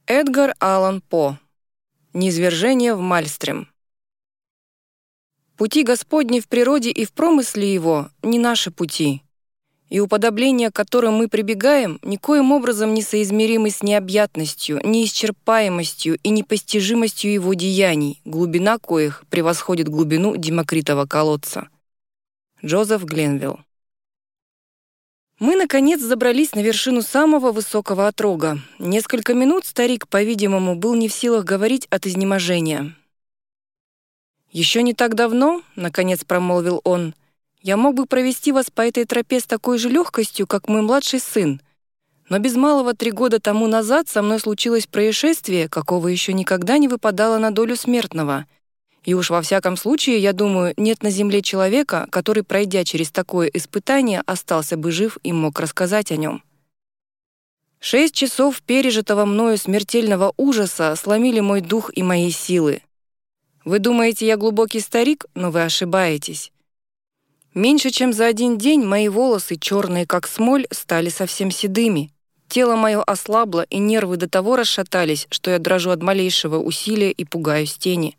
Эдгар Аллан По. Низвержение в Мальстрем. Пути Господни в природе и в промысле Его не наши пути, и уподобления, к которым мы прибегаем, никоим образом не соизмеримы с необъятностью, неисчерпаемостью и непостижимостью Его деяний, глубина коих превосходит глубину Демокритова колодца. Джозеф Гленвилл. Мы, наконец, забрались на вершину самого высокого отрога. Несколько минут старик, по-видимому, был не в силах говорить от изнеможения. «Еще не так давно, — наконец промолвил он, — я мог бы провести вас по этой тропе с такой же легкостью, как мой младший сын. Но без малого 3 года тому назад со мной случилось происшествие, какого еще никогда не выпадало на долю смертного. И уж во всяком случае, я думаю, нет на земле человека, который, пройдя через такое испытание, остался бы жив и мог рассказать о нем. 6 часов пережитого мною смертельного ужаса сломили мой дух и мои силы. Вы думаете, я глубокий старик, но вы ошибаетесь. Меньше чем за 1 день мои волосы, черные как смоль, стали совсем седыми. Тело мое ослабло, и нервы до того расшатались, что я дрожу от малейшего усилия и пугаюсь тени.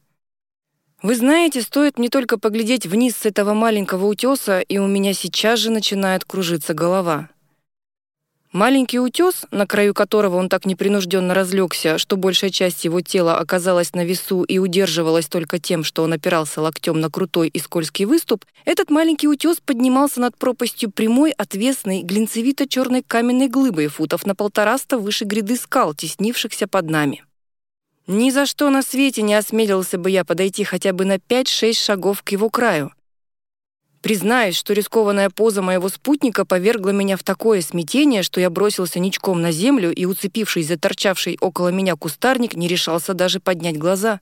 Вы знаете, стоит мне только поглядеть вниз с этого маленького утеса, и у меня сейчас же начинает кружиться голова. Маленький утес, на краю которого он так непринужденно разлегся, что большая часть его тела оказалась на весу и удерживалась только тем, что он опирался локтем на крутой и скользкий выступ, этот маленький утес поднимался над пропастью прямой, отвесной, глинцевито-черной каменной глыбой футов на 150 выше гряды скал, теснившихся под нами. Ни за что на свете не осмелился бы я подойти хотя бы на 5-6 шагов к его краю. Признаюсь, что рискованная поза моего спутника повергла меня в такое смятение, что я бросился ничком на землю и, уцепившись за торчавший около меня кустарник, не решался даже поднять глаза.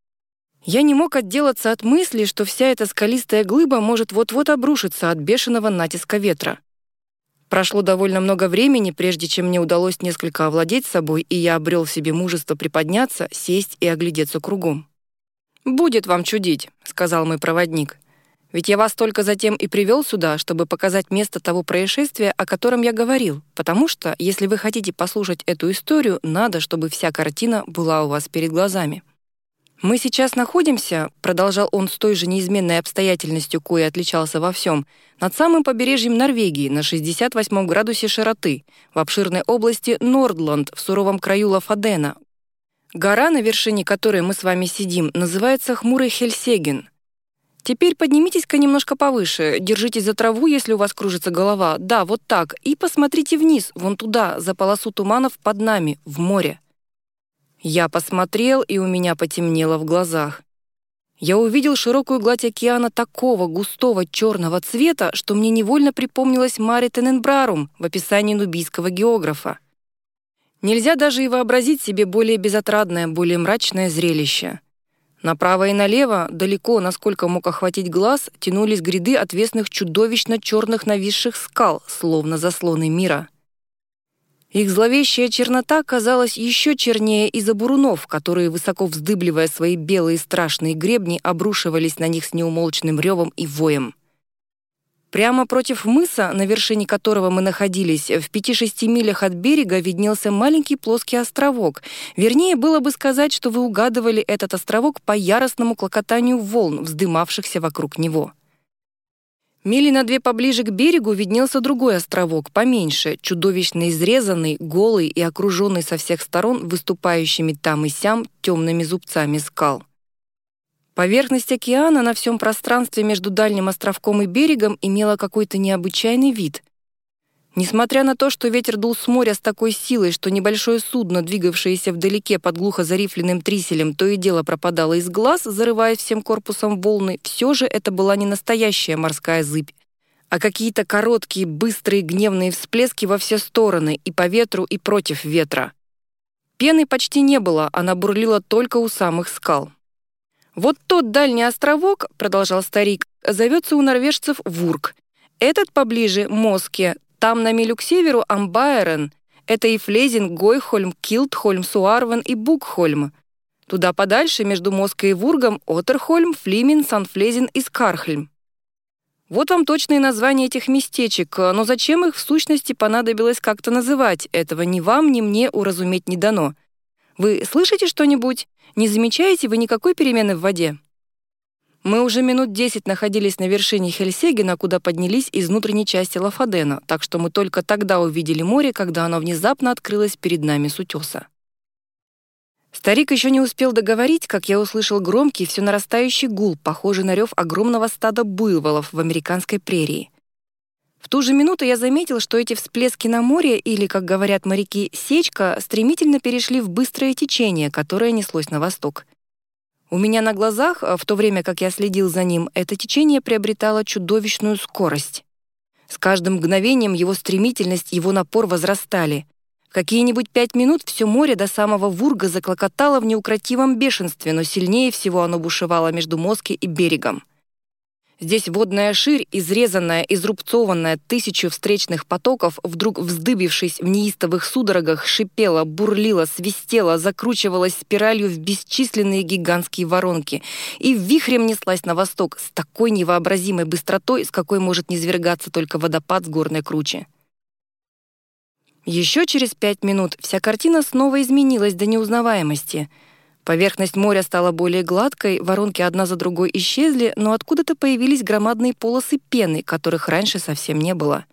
Я не мог отделаться от мысли, что вся эта скалистая глыба может вот-вот обрушиться от бешеного натиска ветра. Прошло довольно много времени, прежде чем мне удалось несколько овладеть собой, и я обрел в себе мужество приподняться, сесть и оглядеться кругом. «Будет вам чудить», — сказал мой проводник. «Ведь я вас только затем и привел сюда, чтобы показать место того происшествия, о котором я говорил, потому что, если вы хотите послушать эту историю, надо, чтобы вся картина была у вас перед глазами». «Мы сейчас находимся, — продолжал он с той же неизменной обстоятельностью, коей отличался во всем, — над самым побережьем Норвегии на 68 градусе широты, в обширной области Нордланд, в суровом краю Лафадена. Гора, на вершине которой мы с вами сидим, называется Хмурый Хельсеген. Теперь поднимитесь-ка немножко повыше, держитесь за траву, если у вас кружится голова, да, вот так, и посмотрите вниз, вон туда, за полосу туманов под нами, в море». Я посмотрел, и у меня потемнело в глазах. Я увидел широкую гладь океана такого густого черного цвета, что мне невольно припомнилось Маре Тененбрарум в описании нубийского географа. Нельзя даже и вообразить себе более безотрадное, более мрачное зрелище. Направо и налево, далеко, насколько мог охватить глаз, тянулись гряды отвесных чудовищно черных нависших скал, словно заслоны мира. Их зловещая чернота казалась еще чернее из-за бурунов, которые, высоко вздыбливая свои белые страшные гребни, обрушивались на них с неумолчным ревом и воем. Прямо против мыса, на вершине которого мы находились, в 5-6 милях от берега виднелся маленький плоский островок. Вернее, было бы сказать, что вы угадывали этот островок по яростному клокотанию волн, вздымавшихся вокруг него. Мили на 2 поближе к берегу виднелся другой островок, поменьше, чудовищно изрезанный, голый и окруженный со всех сторон выступающими там и сям темными зубцами скал. Поверхность океана на всем пространстве между дальним островком и берегом имела какой-то необычайный вид. Несмотря на то, что ветер дул с моря с такой силой, что небольшое судно, двигавшееся вдалеке под глухо зарифленным триселем, то и дело пропадало из глаз, зарываясь всем корпусом в волны, все же это была не настоящая морская зыбь, а какие-то короткие, быстрые, гневные всплески во все стороны, и по ветру, и против ветра. Пены почти не было, она бурлила только у самых скал. «Вот тот дальний островок, — продолжал старик, — зовется у норвежцев Вург. Этот поближе — Моске. Там на милю к северу Амбаерен. Это и Флезинг, Гойхольм, Килтхольм, Суарвен и Букхольм. Туда подальше, между Моской и Вургом, Отерхольм, Флимин, Санфлезин и Скархельм. Вот вам точные названия этих местечек, но зачем их в сущности понадобилось как-то называть, этого ни вам, ни мне уразуметь не дано. Вы слышите что-нибудь? Не замечаете вы никакой перемены в воде?» Мы уже минут 10 находились на вершине Хельсегена, куда поднялись из внутренней части Лофодена, так что мы только тогда увидели море, когда оно внезапно открылось перед нами с утеса. Старик еще не успел договорить, как я услышал громкий, все нарастающий гул, похожий на рев огромного стада буйволов в американской прерии. В ту же минуту я заметил, что эти всплески на море, или, как говорят моряки, сечка, стремительно перешли в быстрое течение, которое неслось на восток. У меня на глазах, в то время как я следил за ним, это течение приобретало чудовищную скорость. С каждым мгновением его стремительность, его напор возрастали. В какие-нибудь 5 минут все море до самого Вурга заклокотало в неукротимом бешенстве, но сильнее всего оно бушевало между Моски и берегом. Здесь водная ширь, изрезанная, изрубцованная тысячу встречных потоков, вдруг вздыбившись в неистовых судорогах, шипела, бурлила, свистела, закручивалась спиралью в бесчисленные гигантские воронки и вихрем неслась на восток с такой невообразимой быстротой, с какой может низвергаться только водопад с горной кручи. Еще через 5 минут вся картина снова изменилась до неузнаваемости. Поверхность моря стала более гладкой, воронки одна за другой исчезли, но откуда-то появились громадные полосы пены, которых раньше совсем не было.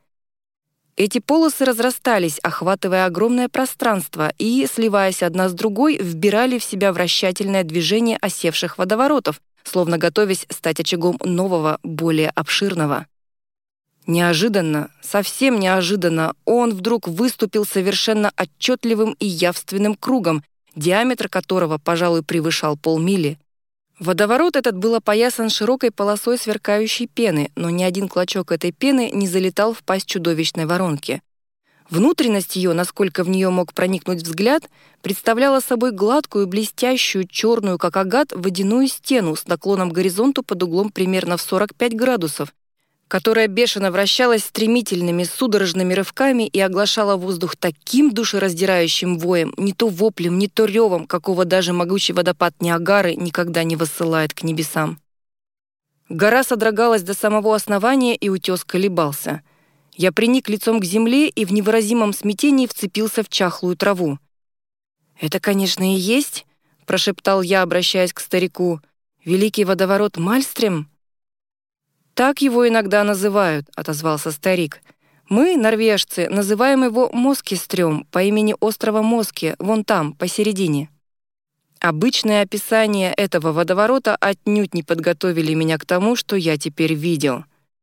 Эти полосы разрастались, охватывая огромное пространство и, сливаясь одна с другой, вбирали в себя вращательное движение осевших водоворотов, словно готовясь стать очагом нового, более обширного. Неожиданно, совсем неожиданно, он вдруг выступил совершенно отчетливым и явственным кругом, диаметр которого, пожалуй, превышал полмили. Водоворот этот был опоясан широкой полосой сверкающей пены, но ни один клочок этой пены не залетал в пасть чудовищной воронки. Внутренность ее, насколько в нее мог проникнуть взгляд, представляла собой гладкую, блестящую, черную, как агат, водяную стену с наклоном к горизонту под углом примерно в 45 градусов, которая бешено вращалась стремительными судорожными рывками и оглашала воздух таким душераздирающим воем, не то воплем, не то ревом, какого даже могучий водопад Ниагары никогда не высылает к небесам. Гора содрогалась до самого основания, и утес колебался. Я приник лицом к земле и в невыразимом смятении вцепился в чахлую траву. «Это, конечно, и есть», — прошептал я, обращаясь к старику, «великий водоворот Мальстрем?» «Так его иногда называют», — отозвался старик. «Мы, норвежцы, называем его Москистрём по имени острова Моски, вон там, посередине». Обычное описание этого водоворота отнюдь не подготовили меня к тому, что я теперь видел.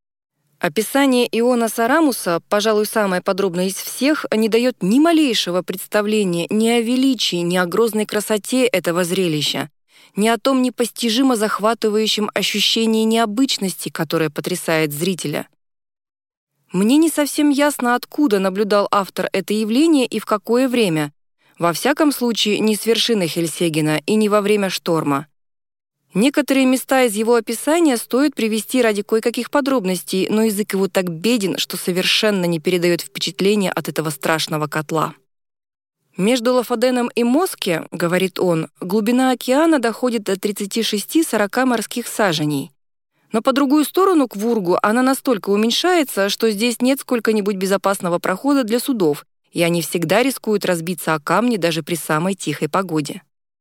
Описание Иона Сарамуса, пожалуй, самое подробное из всех, не дает ни малейшего представления ни о величии, ни о грозной красоте этого зрелища, ни о том непостижимо захватывающем ощущении необычности, которое потрясает зрителя. Мне не совсем ясно, откуда наблюдал автор это явление и в какое время. Во всяком случае, не с вершины Хельсегена и не во время шторма. Некоторые места из его описания стоит привести ради кое-каких подробностей, но язык его так беден, что совершенно не передает впечатление от этого страшного котла. «Между Лофоденом и Моски, — говорит он, — глубина океана доходит до 36-40 морских саженей. Но по другую сторону, к Вургу, она настолько уменьшается, что здесь нет сколько-нибудь безопасного прохода для судов, и они всегда рискуют разбиться о камни даже при самой тихой погоде.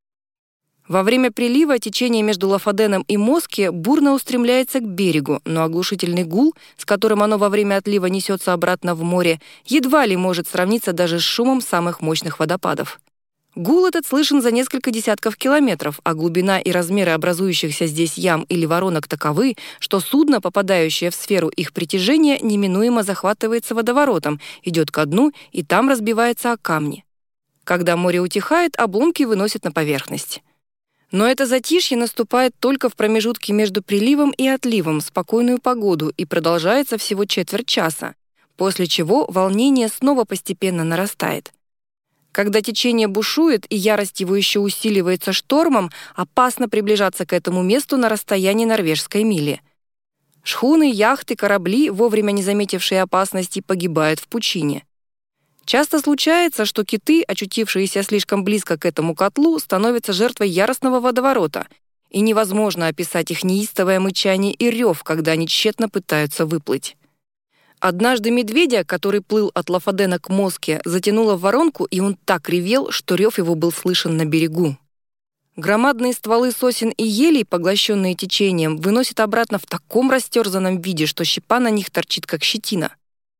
Во время прилива течение между Лофоденом и Моски бурно устремляется к берегу, но оглушительный гул, с которым оно во время отлива несется обратно в море, едва ли может сравниться даже с шумом самых мощных водопадов. Гул этот слышен за несколько десятков километров, а глубина и размеры образующихся здесь ям или воронок таковы, что судно, попадающее в сферу их притяжения, неминуемо захватывается водоворотом, идет ко дну и там разбивается о камни. Когда море утихает, обломки выносят на поверхность. Но это затишье наступает только в промежутке между приливом и отливом в спокойную погоду и продолжается всего четверть часа, после чего волнение снова постепенно нарастает. Когда течение бушует и ярость его еще усиливается штормом, опасно приближаться к этому месту на расстоянии норвежской мили. Шхуны, яхты, корабли, вовремя не заметившие опасности, погибают в пучине. Часто случается, что киты, очутившиеся слишком близко к этому котлу, становятся жертвой яростного водоворота, и невозможно описать их неистовое мычание и рев, когда они тщетно пытаются выплыть. Однажды медведя, который плыл от Лафадена к Моске, затянуло в воронку, и он так ревел, что рев его был слышен на берегу. Громадные стволы сосен и елей, поглощенные течением, выносят обратно в таком растерзанном виде, что щепа на них торчит, как щетина.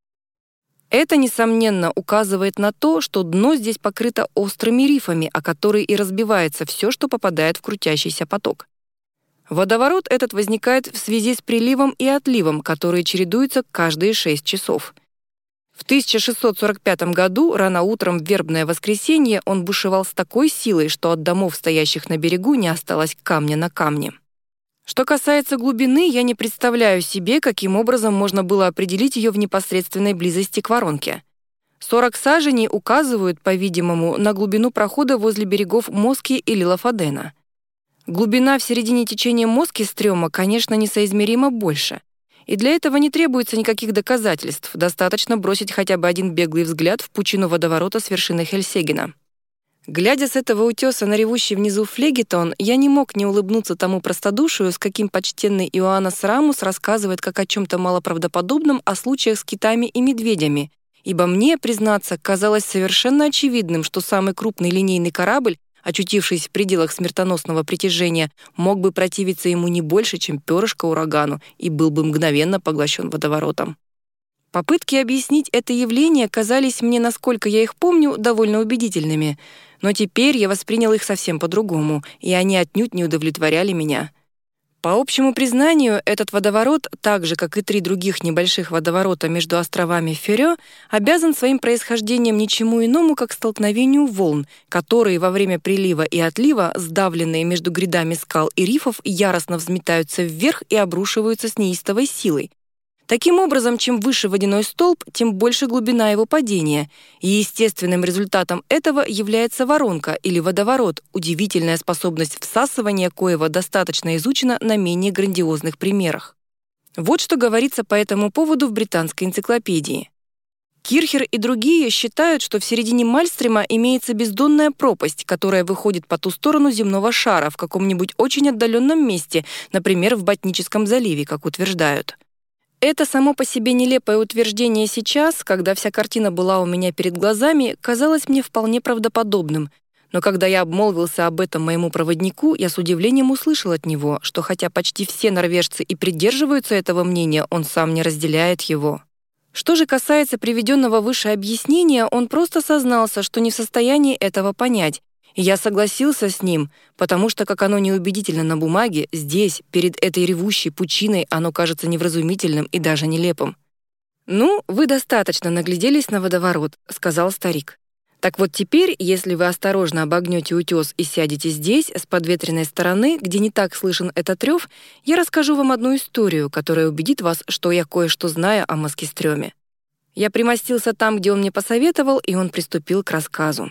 Это, несомненно, указывает на то, что дно здесь покрыто острыми рифами, о которые и разбивается все, что попадает в крутящийся поток. Водоворот этот возникает в связи с приливом и отливом, которые чередуются каждые 6 часов. В 1645 году рано утром в вербное воскресенье он бушевал с такой силой, что от домов, стоящих на берегу, не осталось камня на камне. Что касается глубины, я не представляю себе, каким образом можно было определить ее в непосредственной близости к воронке. 40 саженей указывают, по-видимому, на глубину прохода возле берегов Моски или Лафадена. Глубина в середине течения Моски-стрёма, конечно, несоизмеримо больше. И для этого не требуется никаких доказательств, достаточно бросить хотя бы один беглый взгляд в пучину водоворота с вершины Хельсегена. Глядя с этого утеса на ревущий внизу Флегетон, я не мог не улыбнуться тому простодушию, с каким почтенный Иоаннас Рамус рассказывает как о чем-то малоправдоподобном о случаях с китами и медведями, ибо мне, признаться, казалось совершенно очевидным, что самый крупный линейный корабль, очутившись в пределах смертоносного притяжения, мог бы противиться ему не больше, чем перышко урагану, и был бы мгновенно поглощен водоворотом. Попытки объяснить это явление казались мне, насколько я их помню, довольно убедительными, но теперь я воспринял их совсем по-другому, и они отнюдь не удовлетворяли меня. По общему признанию, этот водоворот, так же, как и 3 других небольших водоворота между островами Ферё, обязан своим происхождением ничему иному, как столкновению волн, которые во время прилива и отлива, сдавленные между грядами скал и рифов, яростно взметаются вверх и обрушиваются с неистовой силой. Таким образом, чем выше водяной столб, тем больше глубина его падения, и естественным результатом этого является воронка или водоворот, удивительная способность всасывания коего достаточно изучена на менее грандиозных примерах. Вот что говорится по этому поводу в британской энциклопедии. Кирхер и другие считают, что в середине Мальстрема имеется бездонная пропасть, которая выходит по ту сторону земного шара в каком-нибудь очень отдаленном месте, например, в Ботническом заливе, как утверждают. Это само по себе нелепое утверждение сейчас, когда вся картина была у меня перед глазами, казалось мне вполне правдоподобным. Но когда я обмолвился об этом моему проводнику, я с удивлением услышал от него, что хотя почти все норвежцы и придерживаются этого мнения, он сам не разделяет его. Что же касается приведенного выше объяснения, он просто сознался, что не в состоянии этого понять. И я согласился с ним, потому что, как оно неубедительно на бумаге, здесь, перед этой ревущей пучиной, оно кажется невразумительным и даже нелепым. «Ну, вы достаточно нагляделись на водоворот», — сказал старик. «Так вот теперь, если вы осторожно обогнете утес и сядете здесь, с подветренной стороны, где не так слышен этот рев, я расскажу вам одну историю, которая убедит вас, что я кое-что знаю о Москистрёме». Я примостился там, где он мне посоветовал, и он приступил к рассказу.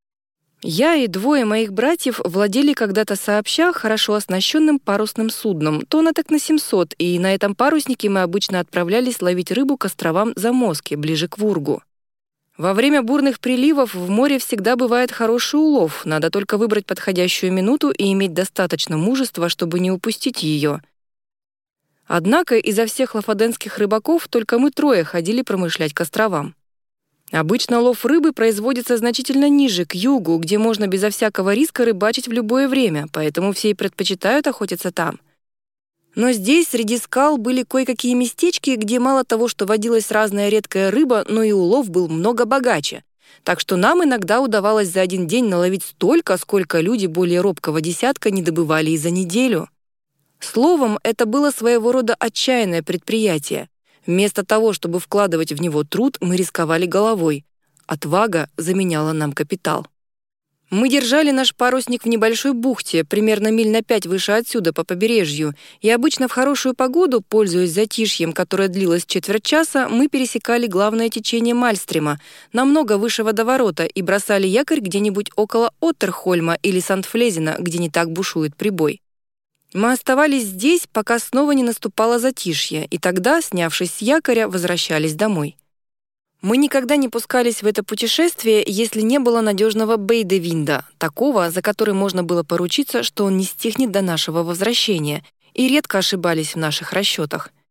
Я и 2 моих братьев владели когда-то сообща хорошо оснащенным парусным судном, тоннаток на 700, и на этом паруснике мы обычно отправлялись ловить рыбу к островам Замоски, ближе к Вургу. Во время бурных приливов в море всегда бывает хороший улов, надо только выбрать подходящую минуту и иметь достаточно мужества, чтобы не упустить ее. Однако изо всех лафаденских рыбаков только мы 3 ходили промышлять к островам. Обычно лов рыбы производится значительно ниже, к югу, где можно безо всякого риска рыбачить в любое время, поэтому все и предпочитают охотиться там. Но здесь, среди скал, были кое-какие местечки, где мало того, что водилась разная редкая рыба, но и улов был много богаче. Так что нам иногда удавалось за один день наловить столько, сколько люди более робкого десятка не добывали и за неделю. Словом, это было своего рода отчаянное предприятие. Вместо того, чтобы вкладывать в него труд, мы рисковали головой. Отвага заменяла нам капитал. Мы держали наш парусник в небольшой бухте, примерно миль на 5 выше отсюда, по побережью, и обычно в хорошую погоду, пользуясь затишьем, которое длилось четверть часа, мы пересекали главное течение Мальстрема, намного выше водоворота, и бросали якорь где-нибудь около Оттерхольма или Сандфлезена, где не так бушует прибой. Мы оставались здесь, пока снова не наступало затишье, и тогда, снявшись с якоря, возвращались домой. Мы никогда не пускались в это путешествие, если не было надежного бейдевинда, такого, за который можно было поручиться, что он не стихнет до нашего возвращения, и редко ошибались в наших расчетах.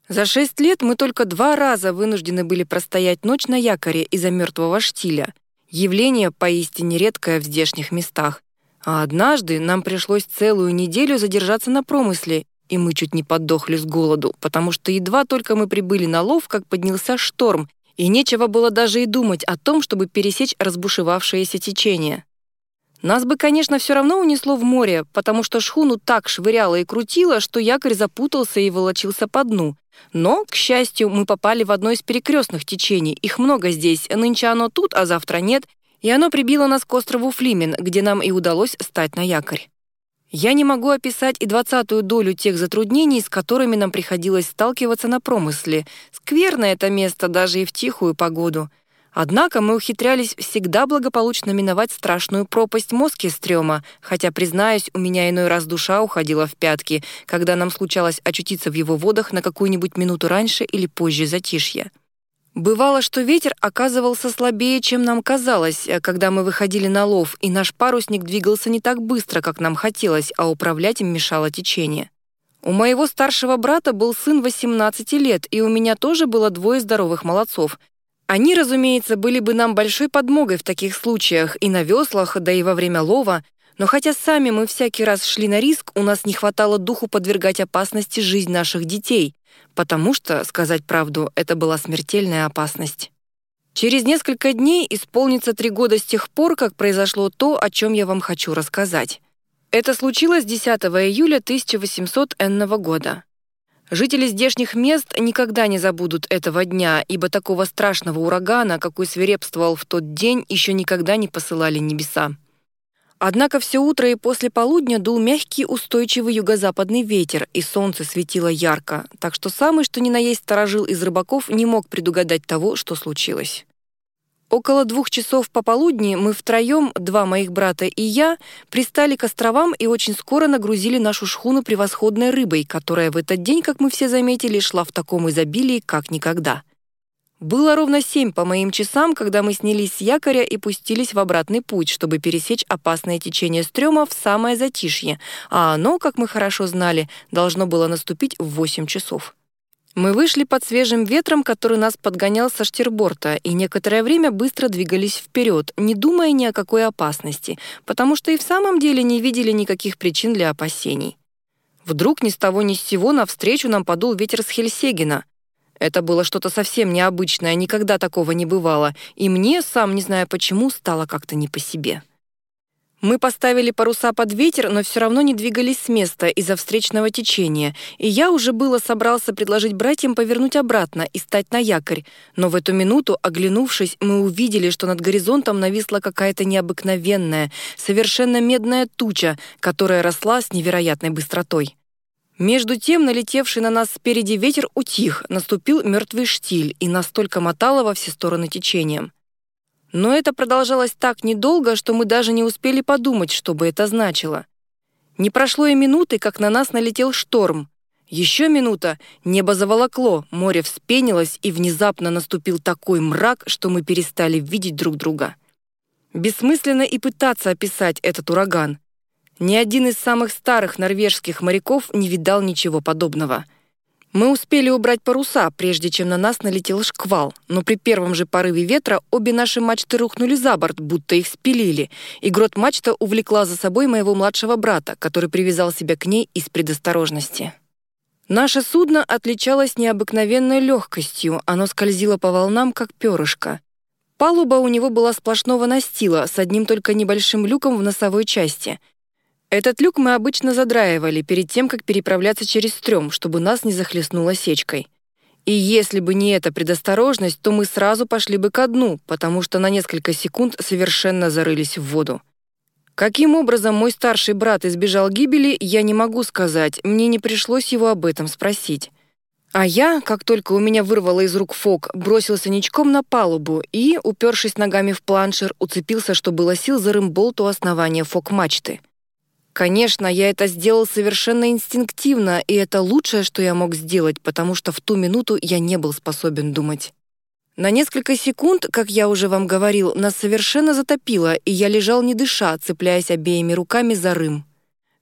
За 6 лет мы только 2 раза вынуждены были простоять ночь на якоре из-за мертвого штиля. Явление поистине редкое в здешних местах. А однажды нам пришлось целую неделю задержаться на промысле, и мы чуть не подохли с голоду, потому что едва только мы прибыли на лов, как поднялся шторм, и нечего было даже и думать о том, чтобы пересечь разбушевавшееся течение. Нас бы, конечно, все равно унесло в море, потому что шхуну так швыряло и крутило, что якорь запутался и волочился по дну. Но, к счастью, мы попали в одно из перекрестных течений. Их много здесь, нынче оно тут, а завтра нет, и оно прибило нас к острову Флимен, где нам и удалось стать на якорь. Я не могу описать и 20-ю долю тех затруднений, с которыми нам приходилось сталкиваться на промысле. Скверно это место даже и в тихую погоду. Однако мы ухитрялись всегда благополучно миновать страшную пропасть Москестрёма, хотя, признаюсь, у меня иной раз душа уходила в пятки, когда нам случалось очутиться в его водах на какую-нибудь минуту раньше или позже затишья. Бывало, что ветер оказывался слабее, чем нам казалось, когда мы выходили на лов, и наш парусник двигался не так быстро, как нам хотелось, а управлять им мешало течение. У моего старшего брата был сын 18 лет, и у меня тоже было 2 здоровых молодцов. Они, разумеется, были бы нам большой подмогой в таких случаях и на веслах, да и во время лова, но хотя сами мы всякий раз шли на риск, у нас не хватало духу подвергать опасности жизнь наших детей, потому что, сказать правду, это была смертельная опасность. Через несколько дней исполнится 3 года с тех пор, как произошло то, о чем я вам хочу рассказать. Это случилось 10 июля 1800 года. Жители здешних мест никогда не забудут этого дня, ибо такого страшного урагана, какой свирепствовал в тот день, еще никогда не посылали небеса. Однако все утро и после полудня дул мягкий устойчивый юго-западный ветер, и солнце светило ярко, так что самый что ни на есть сторожил из рыбаков не мог предугадать того, что случилось. Около 2 часов пополудни мы втроем, 2 моих брата и я, пристали к островам и очень скоро нагрузили нашу шхуну превосходной рыбой, которая в этот день, как мы все заметили, шла в таком изобилии, как никогда. Было ровно 7 по моим часам, когда мы снялись с якоря и пустились в обратный путь, чтобы пересечь опасное течение стрёма в самое затишье, а оно, как мы хорошо знали, должно было наступить в 8 часов. Мы вышли под свежим ветром, который нас подгонял со штирборта, и некоторое время быстро двигались вперед, не думая ни о какой опасности, потому что и в самом деле не видели никаких причин для опасений. Вдруг ни с того ни с сего навстречу нам подул ветер с Хельсегена. Это было что-то совсем необычное, никогда такого не бывало, и мне, сам не зная почему, стало как-то не по себе. Мы поставили паруса под ветер, но все равно не двигались с места из-за встречного течения, и я уже было собрался предложить братьям повернуть обратно и стать на якорь, но в эту минуту, оглянувшись, мы увидели, что над горизонтом нависла какая-то необыкновенная, совершенно медная туча, которая росла с невероятной быстротой. Между тем, налетевший на нас спереди ветер утих, наступил мертвый штиль и настолько мотало во все стороны течением. Но это продолжалось так недолго, что мы даже не успели подумать, что бы это значило. Не прошло и минуты, как на нас налетел шторм. Еще минута, небо заволокло, море вспенилось, и внезапно наступил такой мрак, что мы перестали видеть друг друга. Бессмысленно и пытаться описать этот ураган. Ни один из самых старых норвежских моряков не видал ничего подобного. Мы успели убрать паруса, прежде чем на нас налетел шквал, но при первом же порыве ветра обе наши мачты рухнули за борт, будто их спилили, и грот-мачта увлекла за собой моего младшего брата, который привязал себя к ней из предосторожности. Наше судно отличалось необыкновенной легкостью, оно скользило по волнам, как перышко. Палуба у него была сплошного настила, с одним только небольшим люком в носовой части. Этот люк мы обычно задраивали перед тем, как переправляться через стрём, чтобы нас не захлестнуло сечкой. И если бы не эта предосторожность, то мы сразу пошли бы ко дну, потому что на несколько секунд совершенно зарылись в воду. Каким образом мой старший брат избежал гибели, я не могу сказать, мне не пришлось его об этом спросить. А я, как только у меня вырвало из рук фок, бросился ничком на палубу и, упершись ногами в планшер, уцепился, что было сил, за рымболт у основания фок-мачты. Конечно, я это сделал совершенно инстинктивно, и это лучшее, что я мог сделать, потому что в ту минуту я не был способен думать. На несколько секунд, как я уже вам говорил, нас совершенно затопило, и я лежал не дыша, цепляясь обеими руками за рым.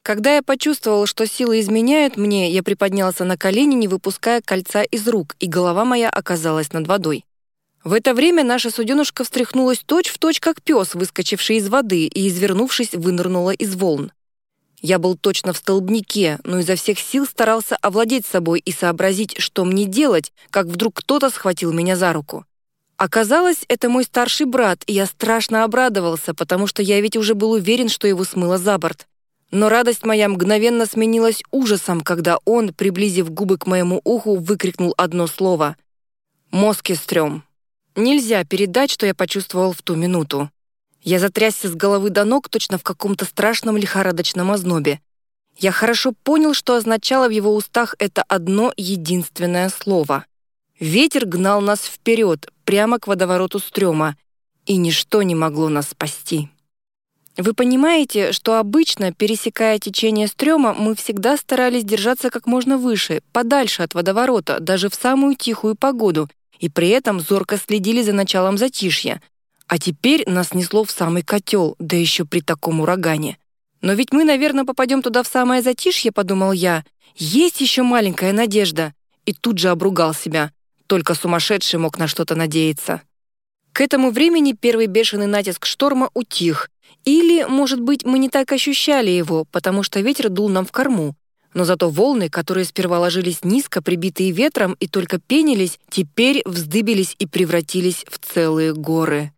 Когда я почувствовал, что силы изменяют мне, я приподнялся на колени, не выпуская кольца из рук, и голова моя оказалась над водой. В это время наша суденушка встряхнулась точь-в-точь, как пес, выскочивший из воды, и, извернувшись, вынырнула из волн. Я был точно в столбнике, но изо всех сил старался овладеть собой и сообразить, что мне делать, как вдруг кто-то схватил меня за руку. Оказалось, это мой старший брат, и я страшно обрадовался, потому что я ведь уже был уверен, что его смыло за борт. Но радость моя мгновенно сменилась ужасом, когда он, приблизив губы к моему уху, выкрикнул одно слово: «Москистрём». Нельзя передать, что я почувствовал в ту минуту. Я затрясся с головы до ног точно в каком-то страшном лихорадочном ознобе. Я хорошо понял, что означало в его устах это одно единственное слово. Ветер гнал нас вперед, прямо к водовороту стрёма, и ничто не могло нас спасти. Вы понимаете, что обычно, пересекая течение стрёма, мы всегда старались держаться как можно выше, подальше от водоворота, даже в самую тихую погоду, и при этом зорко следили за началом затишья. А теперь нас несло в самый котел, да еще при таком урагане. Но ведь мы, наверное, попадем туда в самое затишье, подумал я. Есть еще маленькая надежда. И тут же обругал себя. Только сумасшедший мог на что-то надеяться. К этому времени первый бешеный натиск шторма утих. Или, может быть, мы не так ощущали его, потому что ветер дул нам в корму. Но зато волны, которые сперва ложились низко, прибитые ветром, и только пенились, теперь вздыбились и превратились в целые горы.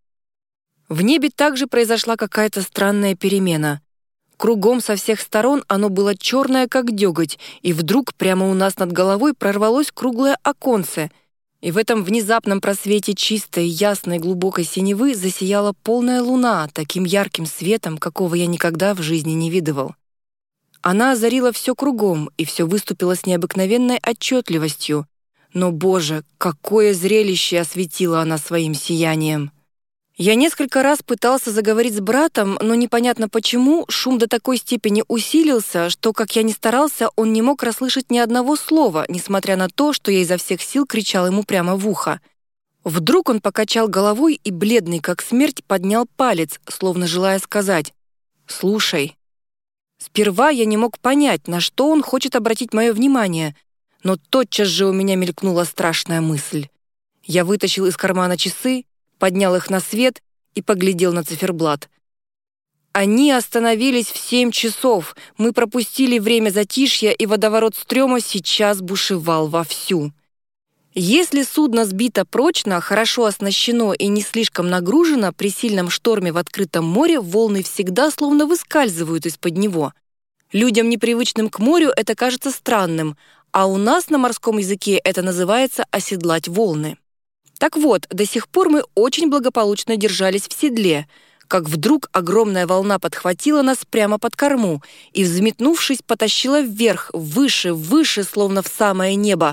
В небе также произошла какая-то странная перемена. Кругом со всех сторон оно было черное, как деготь, и вдруг прямо у нас над головой прорвалось круглое оконце, и в этом внезапном просвете чистой, ясной, глубокой синевы засияла полная луна таким ярким светом, какого я никогда в жизни не видывал. Она озарила все кругом, и все выступило с необыкновенной отчетливостью. Но, Боже, какое зрелище осветила она своим сиянием! Я несколько раз пытался заговорить с братом, но непонятно почему шум до такой степени усилился, что, как я ни старался, он не мог расслышать ни одного слова, несмотря на то, что я изо всех сил кричал ему прямо в ухо. Вдруг он покачал головой и, бледный как смерть, поднял палец, словно желая сказать: «Слушай». Сперва я не мог понять, на что он хочет обратить мое внимание, но тотчас же у меня мелькнула страшная мысль. Я вытащил из кармана часы, поднял их на свет и поглядел на циферблат. Они остановились в 7 часов. Мы пропустили время затишья, и водоворот стрёма сейчас бушевал вовсю. Если судно сбито прочно, хорошо оснащено и не слишком нагружено, при сильном шторме в открытом море волны всегда словно выскальзывают из-под него. Людям, непривычным к морю, это кажется странным, а у нас на морском языке это называется «оседлать волны». Так вот, до сих пор мы очень благополучно держались в седле, как вдруг огромная волна подхватила нас прямо под корму и, взметнувшись, потащила вверх, выше, выше, словно в самое небо.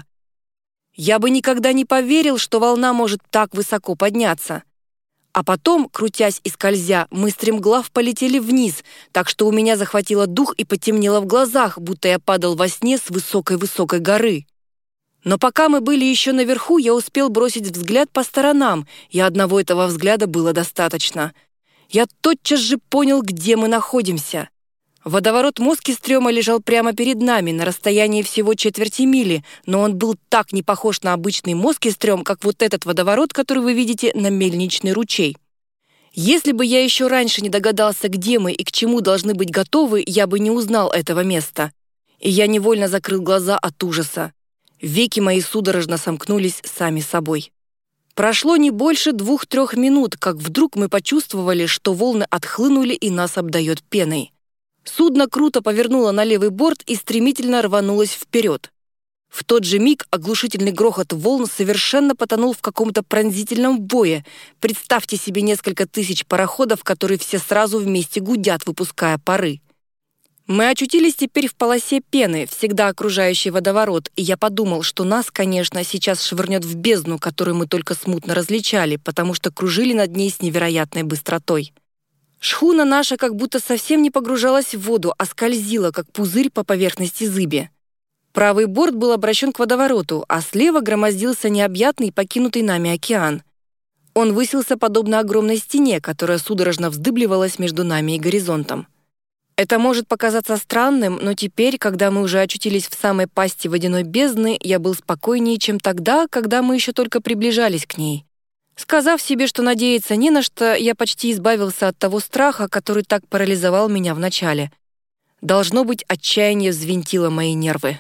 Я бы никогда не поверил, что волна может так высоко подняться. А потом, крутясь и скользя, мы стремглав полетели вниз, так что у меня захватило дух и потемнело в глазах, будто я падал во сне с высокой-высокой горы. Но пока мы были еще наверху, я успел бросить взгляд по сторонам, и одного этого взгляда было достаточно. Я тотчас же понял, где мы находимся. Водоворот Москистрёма лежал прямо перед нами, на расстоянии всего четверти мили, но он был так не похож на обычный Москистрём, как вот этот водоворот, который вы видите на Мельничный ручей. Если бы я еще раньше не догадался, где мы и к чему должны быть готовы, я бы не узнал этого места. И я невольно закрыл глаза от ужаса. Веки мои судорожно сомкнулись сами собой. Прошло не больше 2-3 минут, как вдруг мы почувствовали, что волны отхлынули и нас обдает пеной. Судно круто повернуло на левый борт и стремительно рванулось вперед. В тот же миг оглушительный грохот волн совершенно потонул в каком-то пронзительном вое. Представьте себе несколько тысяч пароходов, которые все сразу вместе гудят, выпуская пары. Мы очутились теперь в полосе пены, всегда окружающей водоворот, и я подумал, что нас, конечно, сейчас швырнет в бездну, которую мы только смутно различали, потому что кружили над ней с невероятной быстротой. Шхуна наша как будто совсем не погружалась в воду, а скользила, как пузырь по поверхности зыби. Правый борт был обращен к водовороту, а слева громоздился необъятный покинутый нами океан. Он высился подобно огромной стене, которая судорожно вздыбливалась между нами и горизонтом. Это может показаться странным, но теперь, когда мы уже очутились в самой пасти водяной бездны, я был спокойнее, чем тогда, когда мы еще только приближались к ней. Сказав себе, что надеяться не на что, я почти избавился от того страха, который так парализовал меня вначале. Должно быть, отчаяние взвинтило мои нервы.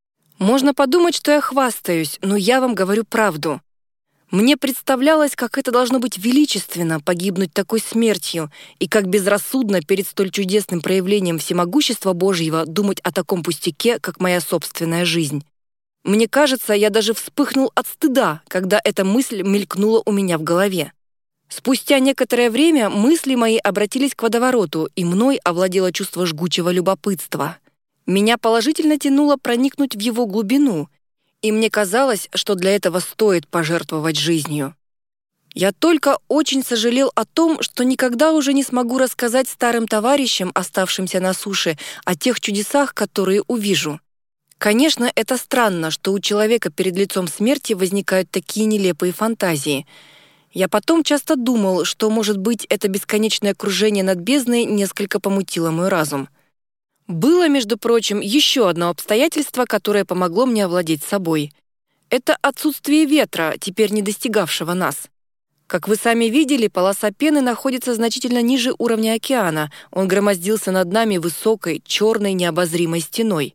Можно подумать, что я хвастаюсь, но я вам говорю правду. Мне представлялось, как это должно быть величественно погибнуть такой смертью, и как безрассудно перед столь чудесным проявлением всемогущества Божьего думать о таком пустяке, как моя собственная жизнь. Мне кажется, я даже вспыхнул от стыда, когда эта мысль мелькнула у меня в голове. Спустя некоторое время мысли мои обратились к водовороту, и мной овладело чувство жгучего любопытства. Меня положительно тянуло проникнуть в его глубину, и мне казалось, что для этого стоит пожертвовать жизнью. Я только очень сожалел о том, что никогда уже не смогу рассказать старым товарищам, оставшимся на суше, о тех чудесах, которые увижу. Конечно, это странно, что у человека перед лицом смерти возникают такие нелепые фантазии. Я потом часто думал, что, может быть, это бесконечное кружение над бездной несколько помутило мой разум. Было, между прочим, еще одно обстоятельство, которое помогло мне овладеть собой. Это отсутствие ветра, теперь не достигавшего нас. Как вы сами видели, полоса пены находится значительно ниже уровня океана, он громоздился над нами высокой, черной, необозримой стеной.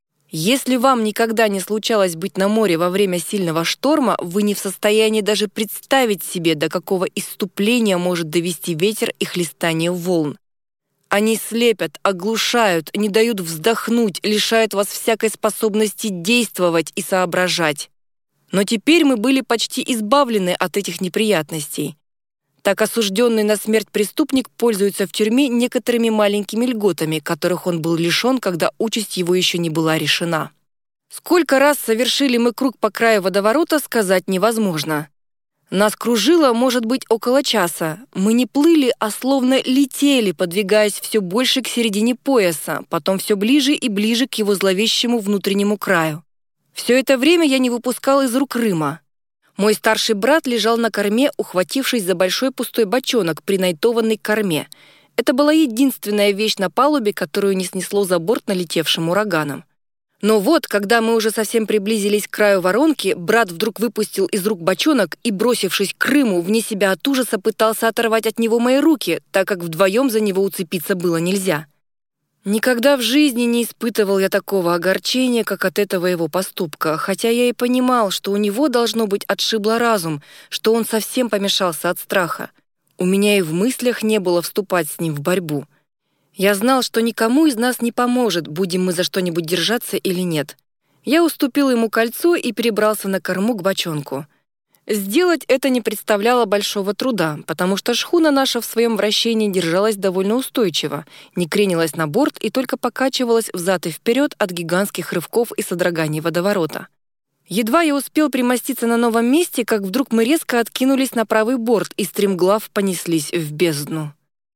Если вам никогда не случалось быть на море во время сильного шторма, вы не в состоянии даже представить себе, до какого исступления может довести ветер и хлестание волн. Они слепят, оглушают, не дают вздохнуть, лишают вас всякой способности действовать и соображать. Но теперь мы были почти избавлены от этих неприятностей. Так осужденный на смерть преступник пользуется в тюрьме некоторыми маленькими льготами, которых он был лишен, когда участь его еще не была решена. Сколько раз совершили мы круг по краю водоворота, сказать невозможно. Нас кружило, может быть, около часа. Мы не плыли, а словно летели, подвигаясь все больше к середине пояса, потом все ближе и ближе к его зловещему внутреннему краю. Все это время я не выпускал из рук Рыма. Мой старший брат лежал на корме, ухватившись за большой пустой бочонок, принайтованный к корме. Это была единственная вещь на палубе, которую не снесло за борт налетевшим ураганом. Но вот, когда мы уже совсем приблизились к краю воронки, брат вдруг выпустил из рук бочонок и, бросившись к Рыму, вне себя от ужаса пытался оторвать от него мои руки, так как вдвоем за него уцепиться было нельзя. Никогда в жизни не испытывал я такого огорчения, как от этого его поступка, хотя я и понимал, что у него, должно быть, отшибло разум, что он совсем помешался от страха. У меня и в мыслях не было вступать с ним в борьбу. Я знал, что никому из нас не поможет, будем мы за что-нибудь держаться или нет. Я уступил ему кольцо и перебрался на корму к бочонку. Сделать это не представляло большого труда, потому что шхуна наша в своем вращении держалась довольно устойчиво, не кренилась на борт и только покачивалась взад и вперед от гигантских рывков и содроганий водоворота. Едва я успел примоститься на новом месте, как вдруг мы резко откинулись на правый борт и стремглав понеслись в бездну.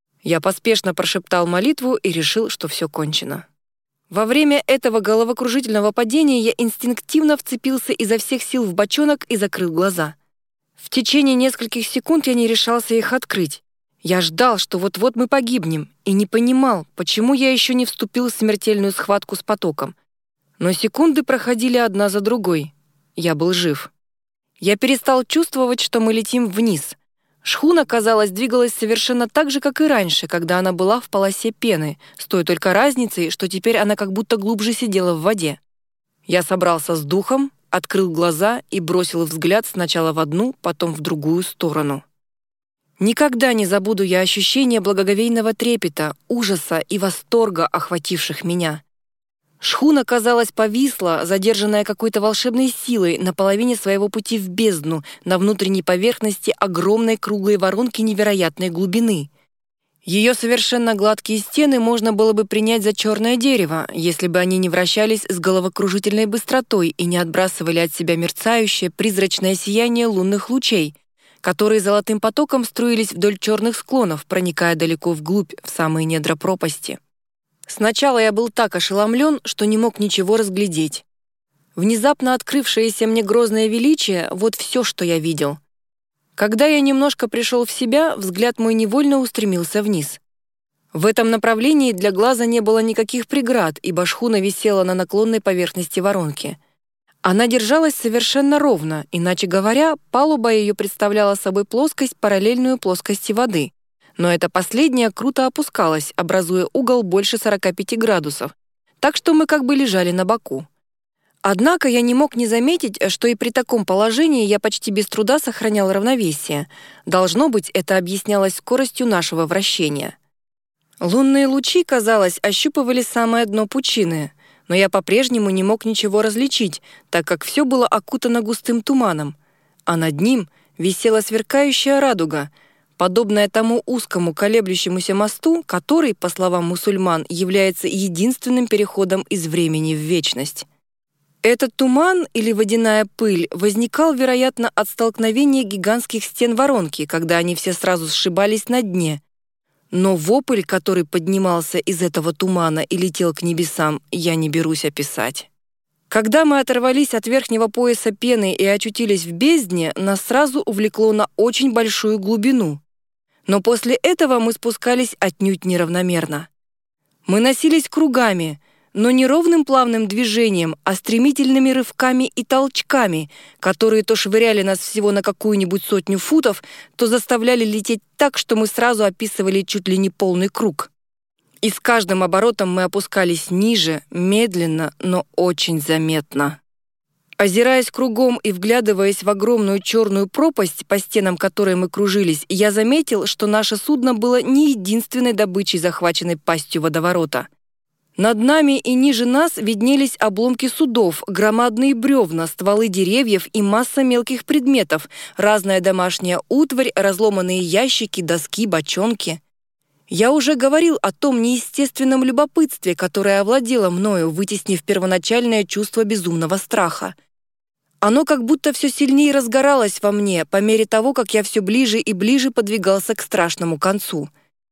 Я поспешно прошептал молитву и решил, что все кончено. Во время этого головокружительного падения я инстинктивно вцепился изо всех сил в бочонок и закрыл глаза. В течение нескольких секунд я не решался их открыть. Я ждал, что вот-вот мы погибнем, и не понимал, почему я еще не вступил в смертельную схватку с потоком. Но секунды проходили одна за другой. Я был жив. Я перестал чувствовать, что мы летим вниз. Шхуна, казалось, двигалась совершенно так же, как и раньше, когда она была в полосе пены, с той только разницей, что теперь она как будто глубже сидела в воде. Я собрался с духом, открыл глаза и бросил взгляд сначала в одну, потом в другую сторону. Никогда не забуду я ощущение благоговейного трепета, ужаса и восторга, охвативших меня. Шхуна, казалось, повисла, задержанная какой-то волшебной силой на половине своего пути в бездну, на внутренней поверхности огромной круглой воронки невероятной глубины. Ее совершенно гладкие стены можно было бы принять за черное дерево, если бы они не вращались с головокружительной быстротой и не отбрасывали от себя мерцающее призрачное сияние лунных лучей, которые золотым потоком струились вдоль черных склонов, проникая далеко вглубь, в самые недра пропасти. Сначала я был так ошеломлен, что не мог ничего разглядеть. Внезапно открывшееся мне грозное величие — вот все, что я видел. Когда я немножко пришел в себя, взгляд мой невольно устремился вниз. В этом направлении для глаза не было никаких преград, ибо шхуна висела на наклонной поверхности воронки. Она держалась совершенно ровно, иначе говоря, палуба ее представляла собой плоскость, параллельную плоскости воды. Но эта последняя круто опускалась, образуя угол больше 45 градусов, так что мы как бы лежали на боку. Однако я не мог не заметить, что и при таком положении я почти без труда сохранял равновесие. Должно быть, это объяснялось скоростью нашего вращения. Лунные лучи, казалось, ощупывали самое дно пучины, но я по-прежнему не мог ничего различить, так как все было окутано густым туманом, а над ним висела сверкающая радуга, подобная тому узкому колеблющемуся мосту, который, по словам мусульман, является единственным переходом из времени в вечность. Этот туман или водяная пыль возникал, вероятно, от столкновения гигантских стен воронки, когда они все сразу сшибались на дне. Но вопль, который поднимался из этого тумана и летел к небесам, я не берусь описать. Когда мы оторвались от верхнего пояса пены и очутились в бездне, нас сразу увлекло на очень большую глубину. Но после этого мы спускались отнюдь неравномерно. Мы носились кругами, но не ровным плавным движением, а стремительными рывками и толчками, которые то швыряли нас всего на какую-нибудь 100 футов, то заставляли лететь так, что мы сразу описывали чуть ли не полный круг. И с каждым оборотом мы опускались ниже, медленно, но очень заметно. Озираясь кругом и вглядываясь в огромную черную пропасть, по стенам которой мы кружились, я заметил, что наше судно было не единственной добычей, захваченной пастью водоворота. Над нами и ниже нас виднелись обломки судов, громадные бревна, стволы деревьев и масса мелких предметов, разная домашняя утварь, разломанные ящики, доски, бочонки. Я уже говорил о том неестественном любопытстве, которое овладело мною, вытеснив первоначальное чувство безумного страха. Оно как будто все сильнее разгоралось во мне по мере того, как я все ближе и ближе подвигался к страшному концу.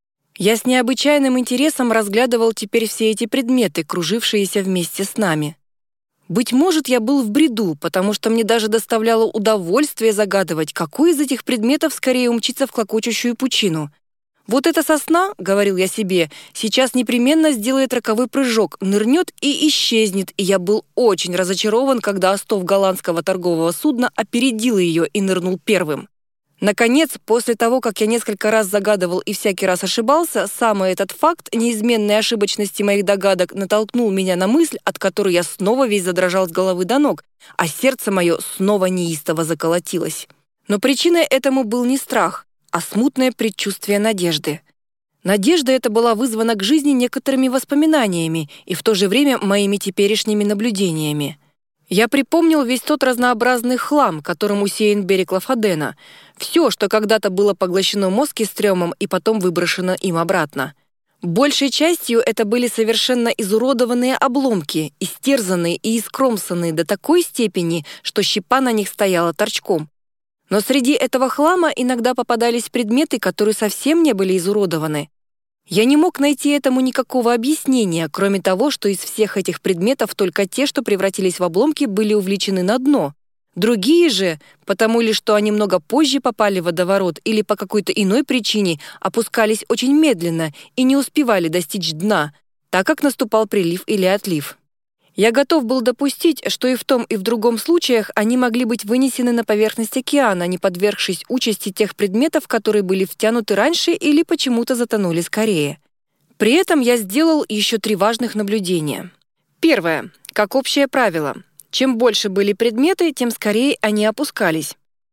Я с необычайным интересом разглядывал теперь все эти предметы, кружившиеся вместе с нами. Быть может, я был в бреду, потому что мне даже доставляло удовольствие загадывать, какой из этих предметов скорее умчится в клокочущую пучину. «Вот эта сосна, — говорил я себе, — сейчас непременно сделает роковой прыжок, нырнет и исчезнет», и я был очень разочарован, когда остов голландского торгового судна опередил ее и нырнул первым. Наконец, после того, как я несколько раз загадывал и всякий раз ошибался, самый этот факт неизменной ошибочности моих догадок натолкнул меня на мысль, от которой я снова весь задрожал с головы до ног, а сердце мое снова неистово заколотилось. Но причиной этому был не страх, а смутное предчувствие надежды. Надежда эта была вызвана к жизни некоторыми воспоминаниями и в то же время моими теперешними наблюдениями. Я припомнил весь тот разнообразный хлам, которым усеян берег Лафадена, все, что когда-то было поглощено Москистрёмом и потом выброшено им обратно. Большей частью это были совершенно изуродованные обломки, истерзанные и искромсанные до такой степени, что щепа на них стояла торчком. Но среди этого хлама иногда попадались предметы, которые совсем не были изуродованы. Я не мог найти этому никакого объяснения, кроме того, что из всех этих предметов только те, что превратились в обломки, были увлечены на дно. Другие же, потому ли что они много позже попали в водоворот или по какой-то иной причине, опускались очень медленно и не успевали достичь дна, так как наступал прилив или отлив. Я готов был допустить, что и в том, и в другом случаях они могли быть вынесены на поверхность океана, не подвергшись участи тех предметов, которые были втянуты раньше или почему-то затонули скорее. При этом я сделал еще 3 важных наблюдения. Первое. Как общее правило, чем больше были предметы, тем скорее они опускались.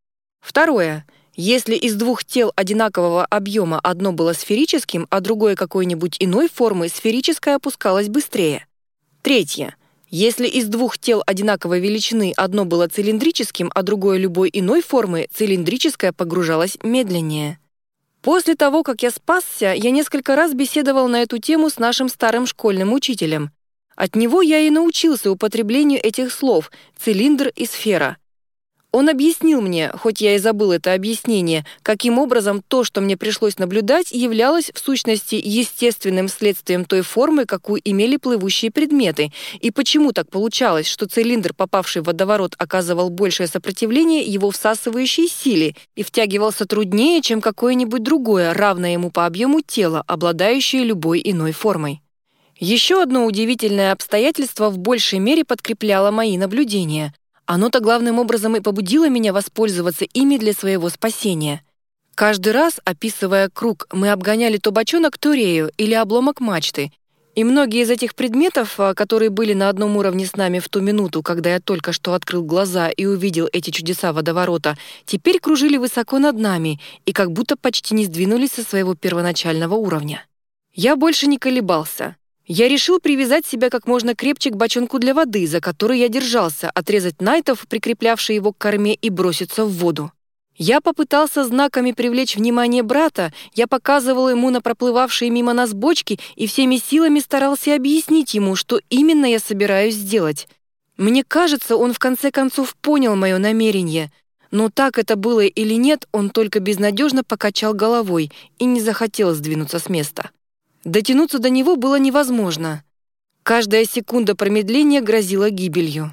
Второе. Если из 2 тел одинакового объема одно было сферическим, а другое какой-нибудь иной формы, сферическое опускалось быстрее. Третье. Если из 2 тел одинаковой величины одно было цилиндрическим, а другое любой иной формы, цилиндрическое погружалось медленнее. После того, как я спасся, я несколько раз беседовал на эту тему с нашим старым школьным учителем. От него я и научился употреблению этих слов «цилиндр» и «сфера». Он объяснил мне, хоть я и забыл это объяснение, каким образом то, что мне пришлось наблюдать, являлось в сущности естественным следствием той формы, какую имели плывущие предметы, и почему так получалось, что цилиндр, попавший в водоворот, оказывал большее сопротивление его всасывающей силе и втягивался труднее, чем какое-нибудь другое, равное ему по объему тело, обладающее любой иной формой. Еще одно удивительное обстоятельство в большей мере подкрепляло мои наблюдения. Оно-то главным образом и побудило меня воспользоваться ими для своего спасения. Каждый раз, описывая круг, мы обгоняли то бочонок, то рею или обломок мачты, и многие из этих предметов, которые были на одном уровне с нами в ту минуту, когда я только что открыл глаза и увидел эти чудеса водоворота, теперь кружили высоко над нами и как будто почти не сдвинулись со своего первоначального уровня. Я больше не колебался. Я решил привязать себя как можно крепче к бочонку для воды, за который я держался, отрезать найтов, прикреплявшие его к корме, и броситься в воду. Я попытался знаками привлечь внимание брата, я показывал ему на проплывавшие мимо нас бочки и всеми силами старался объяснить ему, что именно я собираюсь сделать. Мне кажется, он в конце концов понял мое намерение, но так это было или нет, он только безнадежно покачал головой и не захотел сдвинуться с места. Дотянуться до него было невозможно. Каждая секунда промедления грозила гибелью.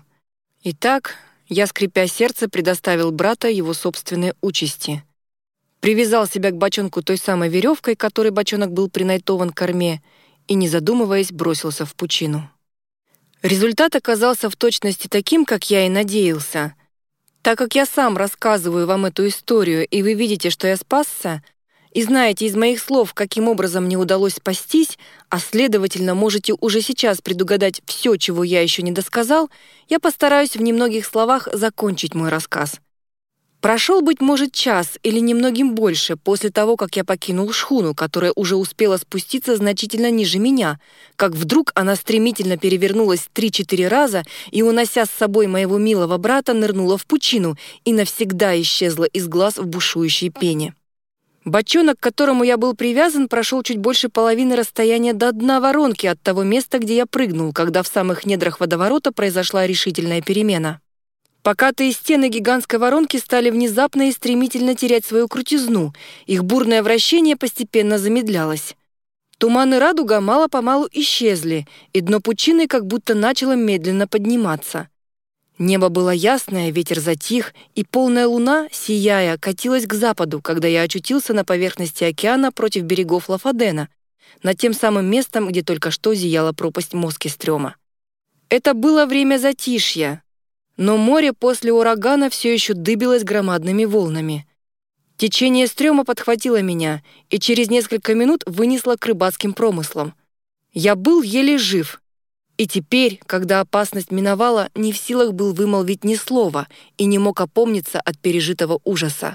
Итак, я, скрипя сердце, предоставил брата его собственной участи. Привязал себя к бочонку той самой веревкой, которой бочонок был принайтован к корме, и, не задумываясь, бросился в пучину. Результат оказался в точности таким, как я и надеялся. Так как я сам рассказываю вам эту историю, и вы видите, что я спасся, и знаете из моих слов, каким образом мне удалось спастись, а следовательно, можете уже сейчас предугадать все, чего я еще не досказал, я постараюсь в немногих словах закончить мой рассказ. Прошел, быть может, час или немногим больше после того, как я покинул шхуну, которая уже успела спуститься значительно ниже меня, как вдруг она стремительно перевернулась 3-4 раза и, унося с собой моего милого брата, нырнула в пучину и навсегда исчезла из глаз в бушующей пене. Бочонок, к которому я был привязан, прошел чуть больше половины расстояния до дна воронки от того места, где я прыгнул, когда в самых недрах водоворота произошла решительная перемена. Покатые стены гигантской воронки стали внезапно и стремительно терять свою крутизну, их бурное вращение постепенно замедлялось. Туман и радуга мало-помалу исчезли, и дно пучины как будто начало медленно подниматься. Небо было ясное, ветер затих, и полная луна, сияя, катилась к западу, когда я очутился на поверхности океана против берегов Лафадена, над тем самым местом, где только что зияла пропасть Москистрёма. Это было время затишья, но море после урагана все еще дыбилось громадными волнами. Течение стрёма подхватило меня и через несколько минут вынесло к рыбацким промыслам. Я был еле жив, и теперь, когда опасность миновала, не в силах был вымолвить ни слова и не мог опомниться от пережитого ужаса.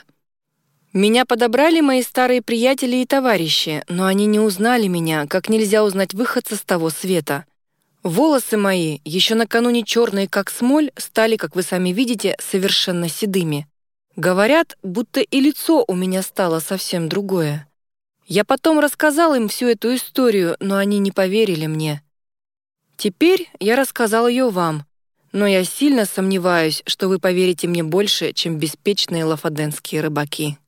Меня подобрали мои старые приятели и товарищи, но они не узнали меня, как нельзя узнать выходца с того света. Волосы мои, еще накануне черные, как смоль, стали, как вы сами видите, совершенно седыми. Говорят, будто и лицо у меня стало совсем другое. Я потом рассказал им всю эту историю, но они не поверили мне. Теперь я рассказал ее вам, но я сильно сомневаюсь, что вы поверите мне больше, чем беспечные лафаденские рыбаки.